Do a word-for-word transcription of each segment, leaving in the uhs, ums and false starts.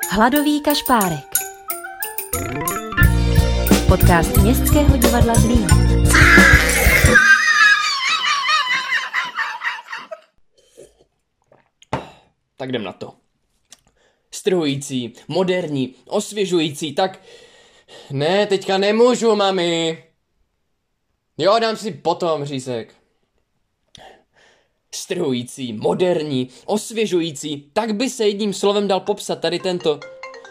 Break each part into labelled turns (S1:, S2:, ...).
S1: Hladový kašpárek. Podcast Městského divadla Zlín.
S2: Tak jdem na to. Strhující, moderní, osvěžující, tak... Ne, teďka nemůžu, mami. Jo, dám si potom řízek. Strhující, moderní, osvěžující, tak by se jedním slovem dal popsat tady tento...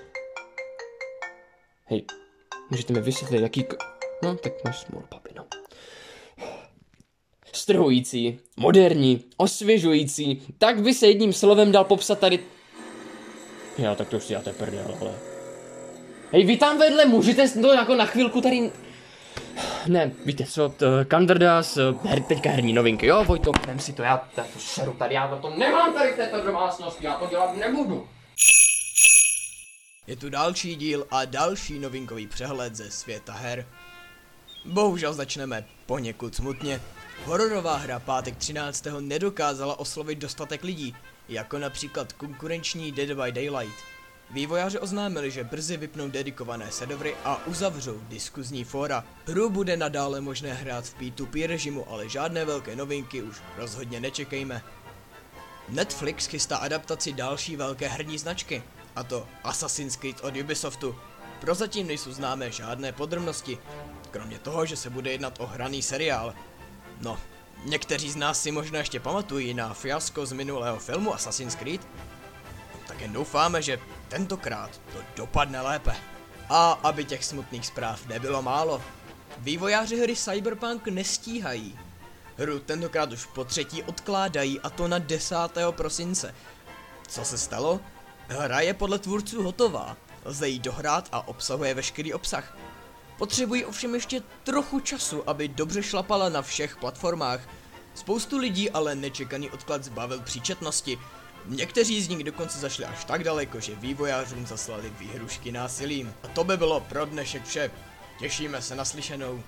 S2: Hej, můžete mi vysvětlit, jaký... K... No, tak máš smůlu, papi, no. Strhující, moderní, osvěžující, tak by se jedním slovem dal popsat tady... Jo, tak to už si já prdel, ale... Hej, vy tam vedle, můžete to jako na chvilku tady... Ne, víte co, Kandrdas, her, teďka herní novinky, jo, Vojto, vem si to, já to šeru tady, já to nemám tady v této domácnosti, já to dělat nebudu.
S3: Je tu další díl a další novinkový přehled ze světa her. Bohužel začneme poněkud smutně. Hororová hra Pátek třináctého nedokázala oslovit dostatek lidí, jako například konkurenční Dead by Daylight. Vývojáři oznámili, že brzy vypnou dedikované servery a uzavřou diskuzní fóra. Hru bude nadále možné hrát v P dva P režimu, ale žádné velké novinky už rozhodně nečekejme. Netflix chystá adaptaci další velké herní značky, a to Assassin's Creed od Ubisoftu. Prozatím nejsou známé žádné podrobnosti, kromě toho, že se bude jednat o hraný seriál. No, někteří z nás si možná ještě pamatují na fiasko z minulého filmu Assassin's Creed, tak jen doufáme, že tentokrát to dopadne lépe. A aby těch smutných zpráv nebylo málo, vývojáři hry Cyberpunk nestíhají. Hru tentokrát už po třetí odkládají, a to na desátého prosince. Co se stalo? Hra je podle tvůrců hotová, lze ji dohrát a obsahuje veškerý obsah. Potřebují ovšem ještě trochu času, aby dobře šlapala na všech platformách. Spoustu lidí ale nečekaný odklad zbavil příčetnosti. Někteří z nich dokonce zašli až tak daleko, že vývojářům zaslali výhrušky násilím. A to by bylo pro dnešek vše. Těšíme se na slyšenou.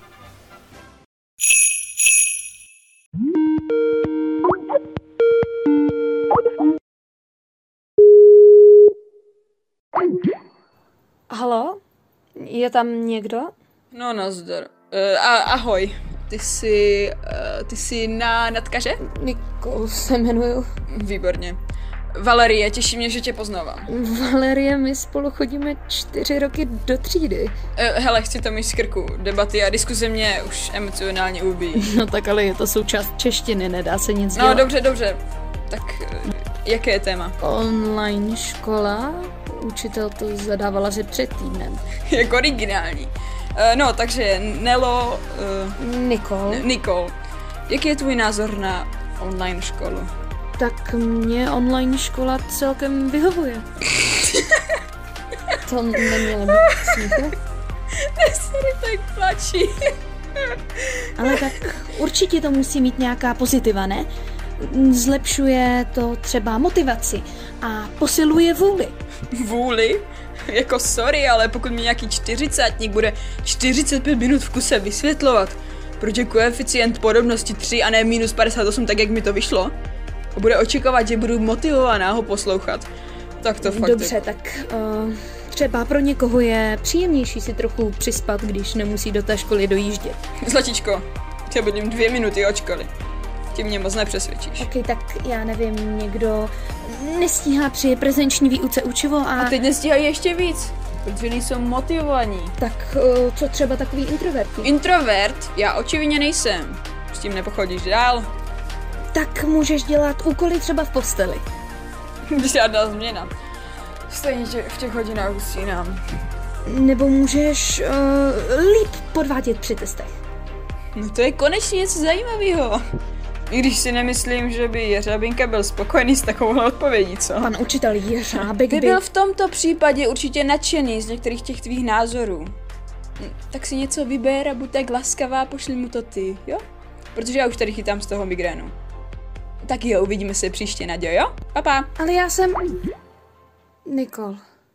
S4: Halo? Je tam někdo?
S5: No, nazdar. Uh, a, ahoj. Ty jsi, uh, ty jsi na Natkaře?
S4: Nikol se jmenuju.
S5: Výborně. Valerie, těší mě, že tě poznávám.
S4: Valerie, my spolu chodíme čtyři roky do třídy.
S5: Uh, hele, chci to mít z krku. Debaty a diskuze mě už emocionálně ubíjí.
S4: No tak ale je to součást češtiny, nedá se nic
S5: no,
S4: dělat.
S5: No dobře, dobře. Tak uh, jaké je téma?
S4: Online škola. Učitel to zadávala asi před týdnem.
S5: Jak originální. Uh, no, takže Nelo... Uh,
S4: Nikol.
S5: N- Nikol. Jaký je tvůj názor na online školu?
S4: Tak mě online škola celkem vyhovuje. To nemělo být smíchu.
S5: Sorry, tak plačí.
S4: Ale tak určitě to musí mít nějaká pozitiva, ne? Zlepšuje to třeba motivaci a posiluje vůli.
S5: Vůli? Jako sorry, ale pokud mi nějaký čtyřicátník bude čtyřicet pět minut v kuse vysvětlovat, proč je koeficient podobnosti tři a ne minus padesát osm, tak jak mi to vyšlo, a bude očekávat, že budu motivovaná ho poslouchat, tak to fakt...
S4: Dobře,
S5: jako...
S4: tak uh, třeba pro někoho je příjemnější si trochu přispat, když nemusí do té školy dojíždět.
S5: Zlatičko, já budím dvě minuty od školy. Ty mě moc nepřesvědčíš.
S4: Ok, tak já nevím, někdo nestíhá při prezenční výuce učivo a...
S5: A teď nestíhají ještě víc, protože nejsou motivovaní.
S4: Tak uh, co třeba takový introvert?
S5: Introvert? Já očividně nejsem. S tím nepochodíš dál.
S4: Tak můžeš dělat úkoly třeba v posteli.
S5: Žádná změna. Stejně tě v těch hodinách usínám.
S4: Nebo můžeš uh, líp podvádět při testech.
S5: No to je konečně něco zajímavého. I když si nemyslím, že by Jeřábinka byl spokojený s takovou odpovědí, co?
S4: Pan učitel Jeřábek by...
S5: by byl v tomto případě určitě nadšený z některých těch tvých názorů. Tak si něco vyber a buď tak laskavá, pošli mu to ty, jo? Protože já už tady chytám z toho migrénu. Tak jo, uvidíme se příště, Naďo, jo? Pa, pa.
S4: Ale já jsem... Nikol.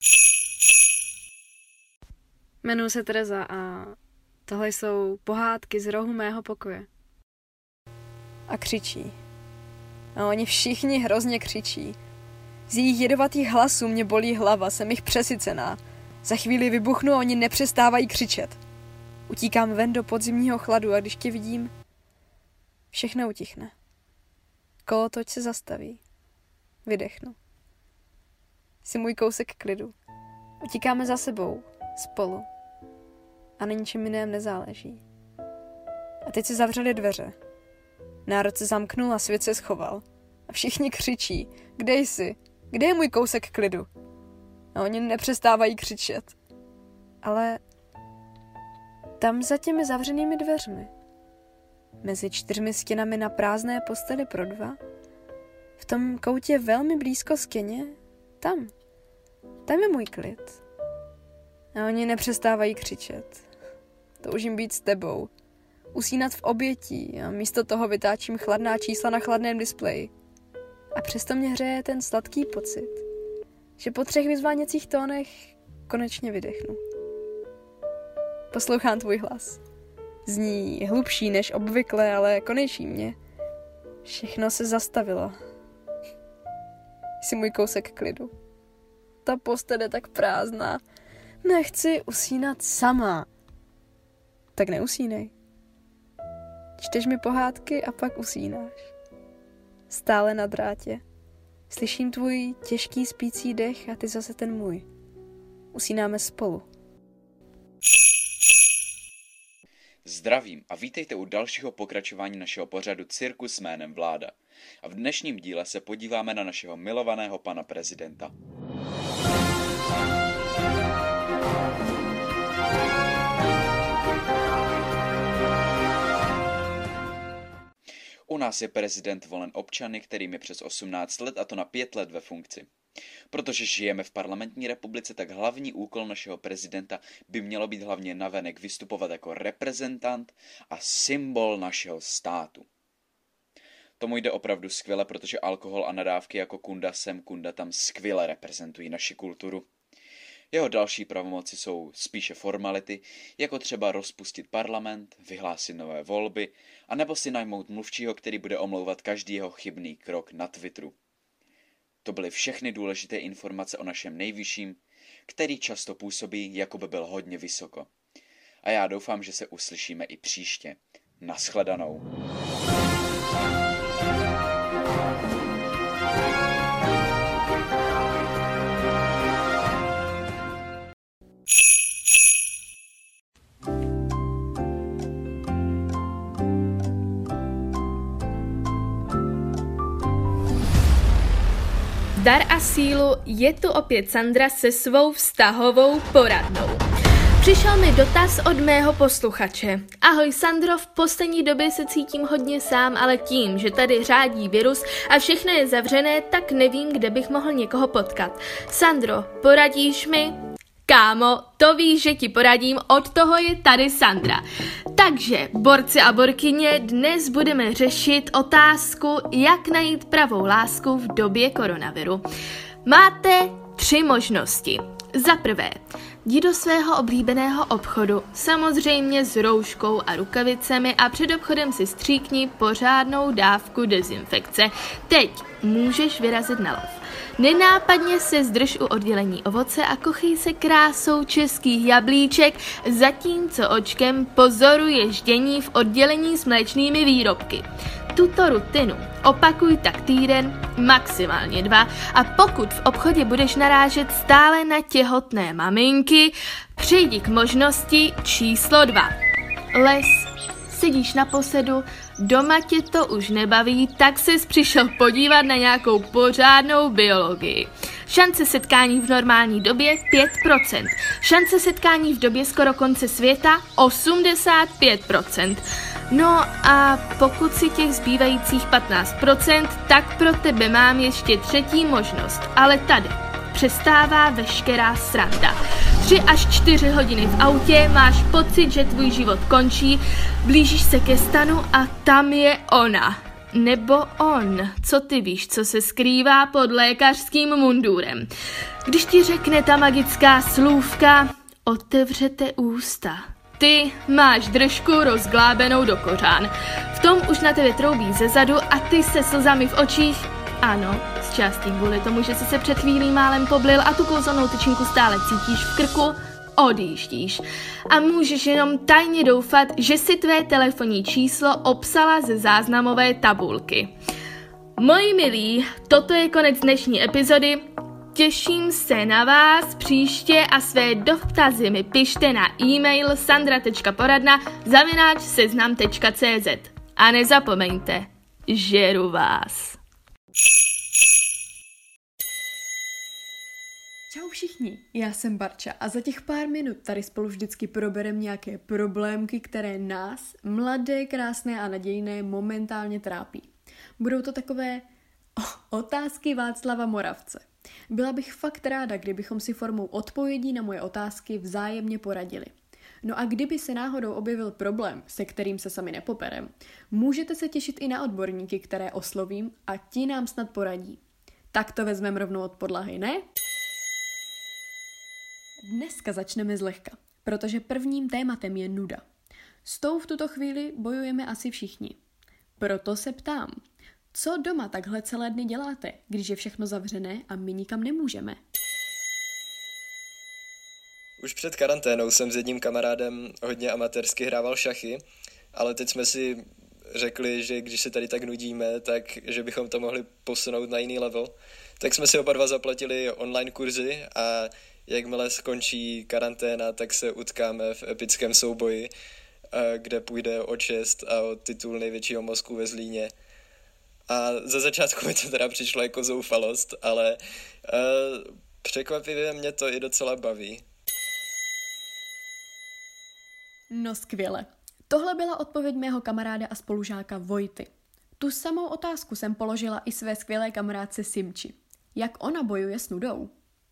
S6: Jmenuji se Tereza a tohle jsou pohádky z rohu mého pokoje.
S7: A křičí. A oni všichni hrozně křičí.
S5: Z jejich jedovatých hlasů mě bolí hlava, jsem jich přesycená. Za chvíli vybuchnu a oni nepřestávají křičet. Utíkám ven do podzimního chladu a když tě vidím, všechno utichne. Kolotoč se zastaví. Vydechnu. Jsi můj kousek klidu. Utíkáme za sebou, spolu. A na ničem jiném nezáleží. A teď se zavřely dveře. Národ se zamknul a svět se schoval. A všichni křičí, kde jsi? Kde je můj kousek klidu? A oni nepřestávají křičet. Ale tam za těmi zavřenými dveřmi, mezi čtyřmi stěnami na prázdné posteli pro dva, v tom koutě velmi blízko stěně, tam, tam je můj klid. A oni nepřestávají křičet. Toužím být s tebou, usínat v obětí a místo toho vytáčím chladná čísla na chladném displeji. A přesto mě hřeje ten sladký pocit, že po třech vyzváněcích tónech konečně vydechnu. Poslouchám tvůj hlas. Zní hlubší než obvykle, ale konečí mě. Všechno se zastavilo. Jsi můj kousek klidu. Ta postel je tak prázdná. Nechci usínat sama. Tak neusínej. Čteš mi pohádky a pak usínáš. Stále na drátě. Slyším tvůj těžký spící dech a ty zase ten můj. Usínáme spolu.
S7: Zdravím a vítejte u dalšího pokračování našeho pořadu Cirkus jménem vláda. A v dnešním díle se podíváme na našeho milovaného pana prezidenta. U nás je prezident volen občany, kterým je přes osmnáct let, a to na pět let ve funkci. Protože žijeme v parlamentní republice, tak hlavní úkol našeho prezidenta by mělo být hlavně navenek vystupovat jako reprezentant a symbol našeho státu. Tomu jde opravdu skvěle, protože alkohol a nadávky jako kunda sem, kunda tam skvěle reprezentují naši kulturu. Jeho další pravomoci jsou spíše formality, jako třeba rozpustit parlament, vyhlásit nové volby, anebo si najmout mluvčího, který bude omlouvat každý jeho chybný krok na Twitteru. To byly všechny důležité informace o našem nejvyšším, který často působí, jako by byl hodně vysoko. A já doufám, že se uslyšíme i příště. Naschledanou.
S8: Dar a sílu, je tu opět Sandra se svou vztahovou poradnou. Přišel mi dotaz od mého posluchače. Ahoj Sandro, v poslední době se cítím hodně sám, ale tím, že tady řádí virus a všechno je zavřené, tak nevím, kde bych mohl někoho potkat. Sandro, poradíš mi? Kámo, to víš, že ti poradím, od toho je tady Sandra. Takže, borci a borkyně, dnes budeme řešit otázku, jak najít pravou lásku v době koronaviru. Máte tři možnosti. Za prvé, jdi do svého oblíbeného obchodu, samozřejmě s rouškou a rukavicemi, a před obchodem si stříkni pořádnou dávku dezinfekce. Teď můžeš vyrazit na lov. Nenápadně se zdrž u oddělení ovoce a kochej se krásou českých jablíček, zatímco očkem pozoruješ dění v oddělení s mléčnými výrobky. Tuto rutinu opakuj tak týden, maximálně dva, a pokud v obchodě budeš narážet stále na těhotné maminky, přejdi k možnosti číslo dva. Les. Sedíš na posedu, doma tě to už nebaví, tak ses přišel podívat na nějakou pořádnou biologii. Šance setkání v normální době pět procent. Šance setkání v době skoro konce světa osmdesát pět procent. No a pokud si těch zbývajících patnáct procent, tak pro tebe mám ještě třetí možnost, ale tady přestává veškerá sranda. Tři až čtyři hodiny v autě, máš pocit, že tvůj život končí, blížíš se ke stanu a tam je ona. Nebo on. Co ty víš, co se skrývá pod lékařským mundurem? Když ti řekne ta magická slůvka, otevřete ústa. Ty máš držku rozglábenou do kořán. V tom už na tebe troubí zezadu a ty se slzami v očích, ano, z šťastný kvůli tomu, že jsi se před chvílí málem poblil a tu kouzelnou tyčinku stále cítíš v krku, odjíždíš. A můžeš jenom tajně doufat, že si tvé telefonní číslo obsala ze záznamové tabulky. Moji milí, toto je konec dnešní epizody. Těším se na vás příště a své dotazy mi pište na e-mail sandra tečka poradna zavináč seznam tečka cé zet. A nezapomeňte, žeru vás.
S9: Čau všichni, já jsem Barča a za těch pár minut tady spolu vždycky probereme nějaké problémky, které nás, mladé, krásné a nadějné, momentálně trápí. Budou to takové otázky Václava Moravce. Byla bych fakt ráda, kdybychom si formou odpovědí na moje otázky vzájemně poradili. No a kdyby se náhodou objevil problém, se kterým se sami nepoperem, můžete se těšit i na odborníky, které oslovím a ti nám snad poradí. Tak to vezmeme rovnou od podlahy, ne? Dneska začneme zlehka, protože prvním tématem je nuda. S tou v tuto chvíli bojujeme asi všichni. Proto se ptám, co doma takhle celé dny děláte, když je všechno zavřené a my nikam nemůžeme?
S10: Už před karanténou jsem s jedním kamarádem hodně amatérsky hrával šachy, ale teď jsme si řekli, že když se tady tak nudíme, tak že bychom to mohli posunout na jiný level. Tak jsme si oba dva zaplatili online kurzy a jakmile skončí karanténa, tak se utkáme v epickém souboji, kde půjde o čest a o titul největšího mozku ve Zlíně. A za začátku mi to teda přišlo jako zoufalost, ale uh, překvapivě mě to i docela baví.
S9: No skvěle. Tohle byla odpověď mého kamaráda a spolužáka Vojty. Tu samou otázku jsem položila i své skvělé kamarádce Simči. Jak ona bojuje s nudou?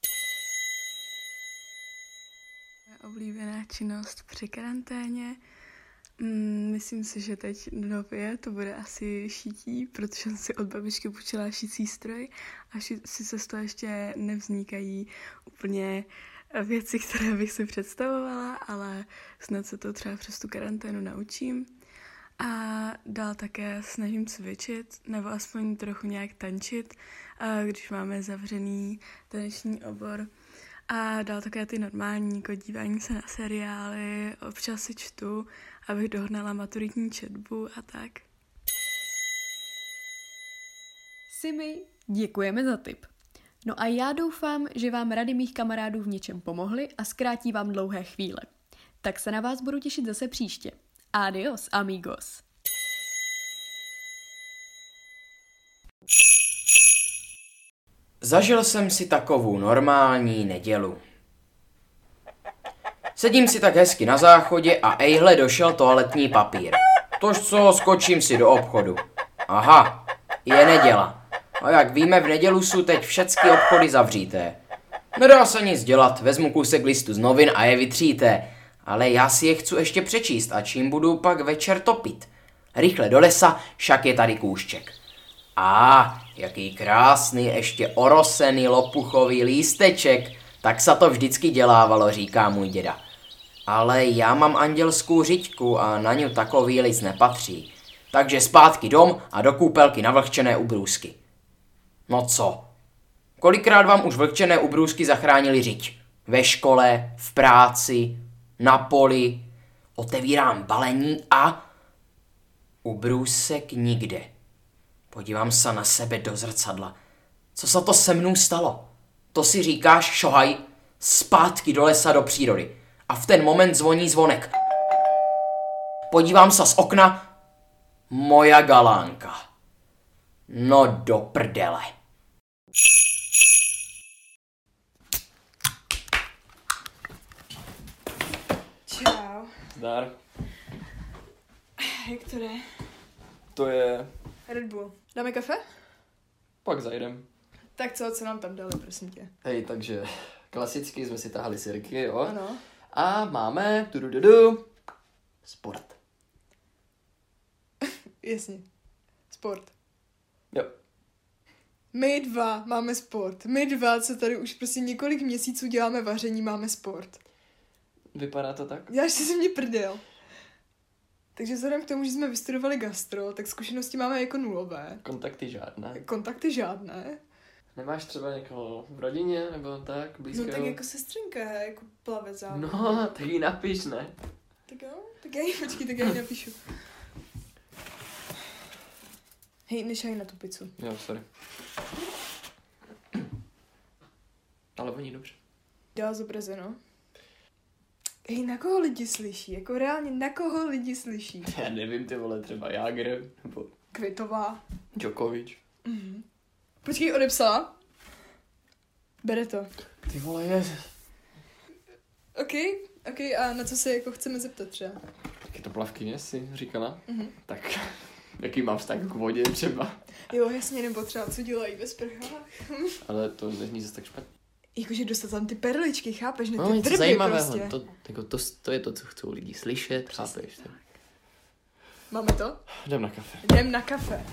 S11: Oblíbená činnost při karanténě. Mm, myslím si, že teď nově to bude asi šití, protože jsem si od babičky půjčila šicí stroj a ši- sice z toho ještě nevznikají úplně věci, které bych si představovala, ale snad se to třeba přes tu karanténu naučím. A dál také snažím cvičit, nebo aspoň trochu nějak tančit, když máme zavřený taneční obor. A dál také ty normální, jako dívání se na seriály, občas si čtu, abych dohnala maturitní četbu a tak.
S9: Simi, děkujeme za tip. No a já doufám, že vám rady mých kamarádů v něčem pomohly a zkrátí vám dlouhé chvíle. Tak se na vás budu těšit zase příště. Adios, amigos.
S2: Zažil jsem si takovou normální nedělu. Sedím si tak hezky na záchodě a ejhle došel toaletní papír. Tož co, skočím si do obchodu. Aha, je neděla. A jak víme, v nedělu jsou teď všechny obchody zavříté. Nedá se nic dělat, vezmu kousek listu z novin a je vytříte. Ale já si je chci ještě přečíst a čím budu pak večer topit. Rychle do lesa, však je tady kůšček. A ah, jaký krásný, ještě orosený lopuchový lísteček, tak se to vždycky dělávalo, říká můj děda. Ale já mám andělskou řiďku a na ňu takový list nepatří. Takže zpátky dom a do koupelky na vlhčené ubrůzky. No co? Kolikrát vám už vlhčené ubrůzky zachránili řiď? Ve škole, v práci, na poli. Otevírám balení a... ubrůzek nikde. Podívám se na sebe do zrcadla. Co se to se mnou stalo? To si říkáš, šohaj, zpátky do lesa, do přírody. A v ten moment zvoní zvonek. Podívám se z okna. Moja galánka. No do prdele.
S5: Čau.
S2: Zdar.
S5: Jak to jde?
S2: To je...
S5: Red Bull. Dáme kafe?
S2: Pak zajdem.
S5: Tak co, co nám tam dali, prosím tě?
S12: Hej, takže klasicky jsme si tahali sirky, jo?
S5: Ano.
S12: A máme tudududu, sport.
S5: Jasně. Sport.
S12: Jo.
S5: My dva máme sport. My dva, co tady už prostě několik měsíců děláme vaření, máme sport.
S12: Vypadá to tak?
S5: Já ještě jsem mě prdel. Takže vzhledem k tomu, že jsme vystudovali gastro, tak zkušenosti máme jako nulové.
S12: Kontakty žádné.
S5: Kontakty žádné.
S12: Nemáš třeba někoho v rodině, nebo tak, blízkého?
S5: No tak jako sestřenka, jako plavec závodí.
S12: No, tak ji napiš, ne?
S5: Tak jo, tak já ji, počkej, tak já ji napíšu. Hej, nešaj na tu pizzu.
S12: Jo, sorry. Ale voní dobře.
S5: Dál zobraze, no. Hej, na koho lidi slyší? Jako reálně, na koho lidi slyší?
S12: Já nevím, ty vole, třeba Jágr, nebo
S5: Kvitová.
S12: Djokovic.
S5: Mhm. Počkej, odepsala? Bere to.
S12: Ty vole, je.
S5: OK, OK, a na co se jako chceme zeptat třeba?
S12: Tak je to plavkyně, si říkala?
S5: Mhm.
S12: Tak jaký mám vztah k vodě třeba?
S5: Jo, jasně, nebo třeba co dělají ve sprchách.
S12: Ale to není zase tak špatně.
S5: Jakože dostat tam ty perličky, chápeš? Ne, ty
S12: No, něco
S5: vrby
S12: zajímavého.
S5: prostě.
S12: To, jako to, to je to, co chcou lidi slyšet, chápeš? Tak.
S5: Máme to?
S12: Jdem na kafe.
S5: Jdem na kafe.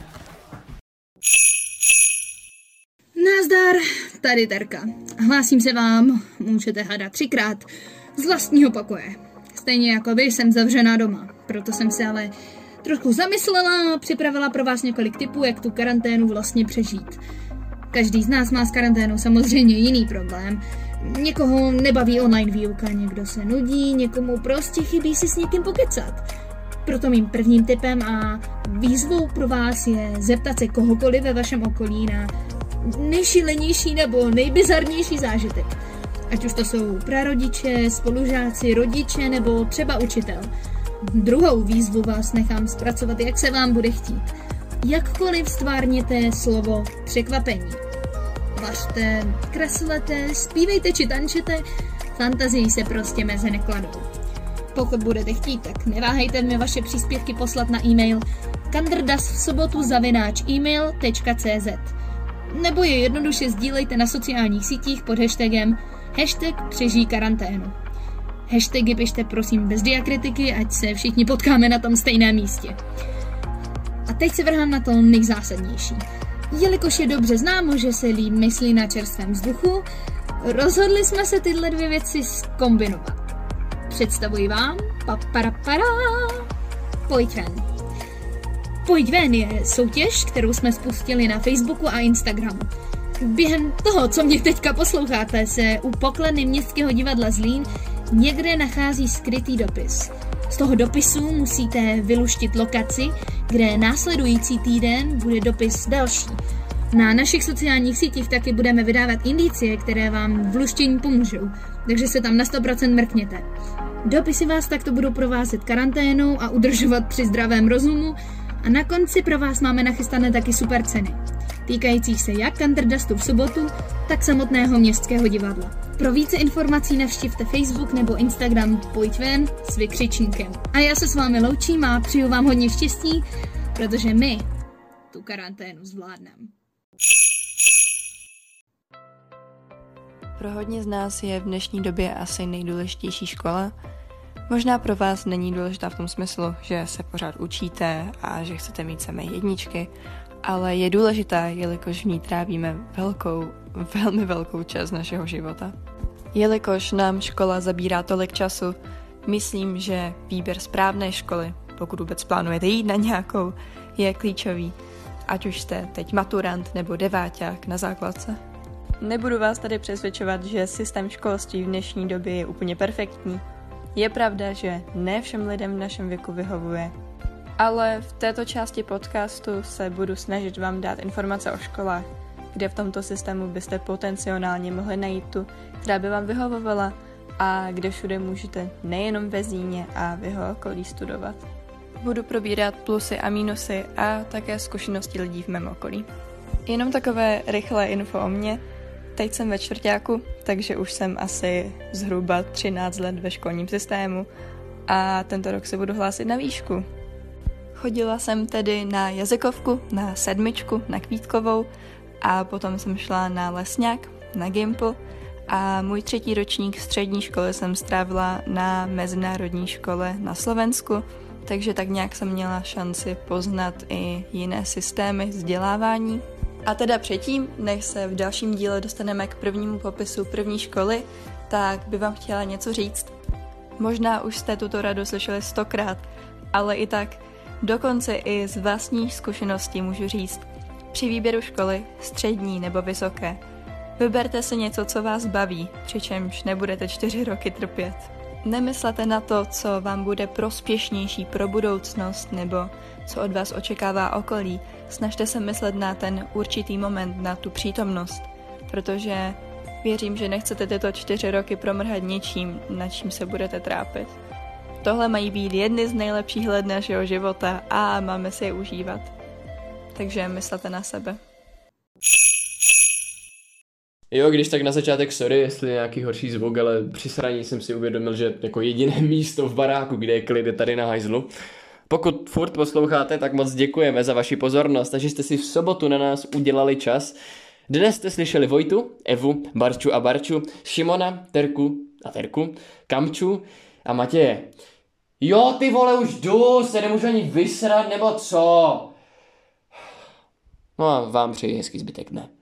S4: Nazdar, tady Terka. Hlásím se vám, můžete hádat třikrát, z vlastního pokoje. Stejně jako vy jsem zavřená doma, proto jsem se ale trošku zamyslela a připravila pro vás několik tipů, jak tu karanténu vlastně přežít. Každý z nás má s karanténou samozřejmě jiný problém. Někoho nebaví online výuka, někdo se nudí, někomu prostě chybí si s někým pokecat. Proto mým prvním tipem a výzvou pro vás je zeptat se kohokoliv ve vašem okolí na nejšílenější nebo nejbizarnější zážitek. Ať už to jsou prarodiče, spolužáci, rodiče nebo třeba učitel. Druhou výzvu vás nechám zpracovat, jak se vám bude chtít. Jakkoliv stvárněte slovo překvapení. Vařte, kreslete, zpívejte či tančete, fantazii se prostě meze nekladou. Pokud budete chtít, tak neváhejte mi vaše příspěvky poslat na e-mail kandrdasvsobotu zavináč e-mail tečka cé zet nebo je jednoduše sdílejte na sociálních sítích pod hashtagem hashtag přežij karanténu. Hashtagy pište prosím bez diakritiky, ať se všichni potkáme na tom stejném místě. A teď se vrhám na to nejzásadnější. Jelikož je dobře známo, že se líp myslí na čerstvém vzduchu, rozhodli jsme se tyhle dvě věci zkombinovat. Představuji vám paparapara, Pojď ven. Pojď ven je soutěž, kterou jsme spustili na Facebooku a Instagramu. Během toho, co mě teďka posloucháte, se u pokladny Městského divadla Zlín někde nachází skrytý dopis. Z toho dopisu musíte vyluštit lokaci, kde následující týden bude dopis další. Na našich sociálních sítích taky budeme vydávat indicie, které vám v luštění pomůžou, takže se tam na sto procent mrkněte. Dopisy vás takto budou provázet karanténou a udržovat při zdravém rozumu a na konci pro vás máme nachystané taky super ceny, týkajících se jak Kantrdastu v sobotu, tak samotného Městského divadla. Pro více informací navštivte Facebook nebo Instagram Pojď ven s vykřičníkem. A já se s vámi loučím a přeju vám hodně štěstí, protože my tu karanténu zvládneme.
S13: Pro hodně z nás je v dnešní době asi nejdůležitější škola. Možná pro vás není důležitá v tom smyslu, že se pořád učíte a že chcete mít samé jedničky, ale je důležitá, jelikož v ní trávíme velkou, velmi velkou část našeho života. Jelikož nám škola zabírá tolik času, myslím, že výběr správné školy, pokud vůbec plánujete jít na nějakou, je klíčový, ať už jste teď maturant nebo deváťák na základce. Nebudu vás tady přesvědčovat, že systém školství v dnešní době je úplně perfektní. Je pravda, že ne všem lidem v našem věku vyhovuje, ale v této části podcastu se budu snažit vám dát informace o školách, kde v tomto systému byste potenciálně mohli najít tu, která by vám vyhovovala a kde všude můžete nejenom ve Zlíně a v jeho okolí studovat. Budu probírat plusy a mínusy a také zkušenosti lidí v mém okolí. Jenom takové rychlé info o mně. Teď jsem ve čtvrťáku, takže už jsem asi zhruba třináct let ve školním systému a tento rok se budu hlásit na výšku. Chodila jsem tedy na jazykovku, na sedmičku, na Kvítkovou a potom jsem šla na lesňák, na Gimpl a můj třetí ročník střední školy jsem strávila na mezinárodní škole na Slovensku, takže tak nějak jsem měla šanci poznat i jiné systémy vzdělávání. A teda předtím, než se v dalším díle dostaneme k prvnímu popisu první školy, tak by vám chtěla něco říct. Možná už jste tuto radu slyšeli stokrát, ale i tak dokonce i z vlastní zkušenosti můžu říct, Při výběru školy, střední nebo vysoké, vyberte si něco, co vás baví, přičemž nebudete čtyři roky trpět. Nemyslete na to, co vám bude prospěšnější pro budoucnost nebo co od vás očekává okolí. Snažte se myslet na ten určitý moment, na tu přítomnost, protože věřím, že nechcete tyto čtyři roky promrhat něčím, na čím se budete trápit. Tohle mají být jedny z nejlepších let našeho života a máme si je užívat. Takže myslete na sebe.
S2: Jo, když tak na začátek sorry, jestli je nějaký horší zvuk, ale při sraní jsem si uvědomil, že jako jediné místo v baráku, kde je klid, je tady na hajzlu. Pokud furt posloucháte, tak moc děkujeme za vaši pozornost a že jste si v sobotu na nás udělali čas. Dnes jste slyšeli Vojtu, Evu, Barču a Barču, Šimona, Terku a Terku, Kamču a Matěje. Jo, ty vole, už jdu, se nemůžu ani vysrat, nebo co? No a vám přeji hezký zbytek dne.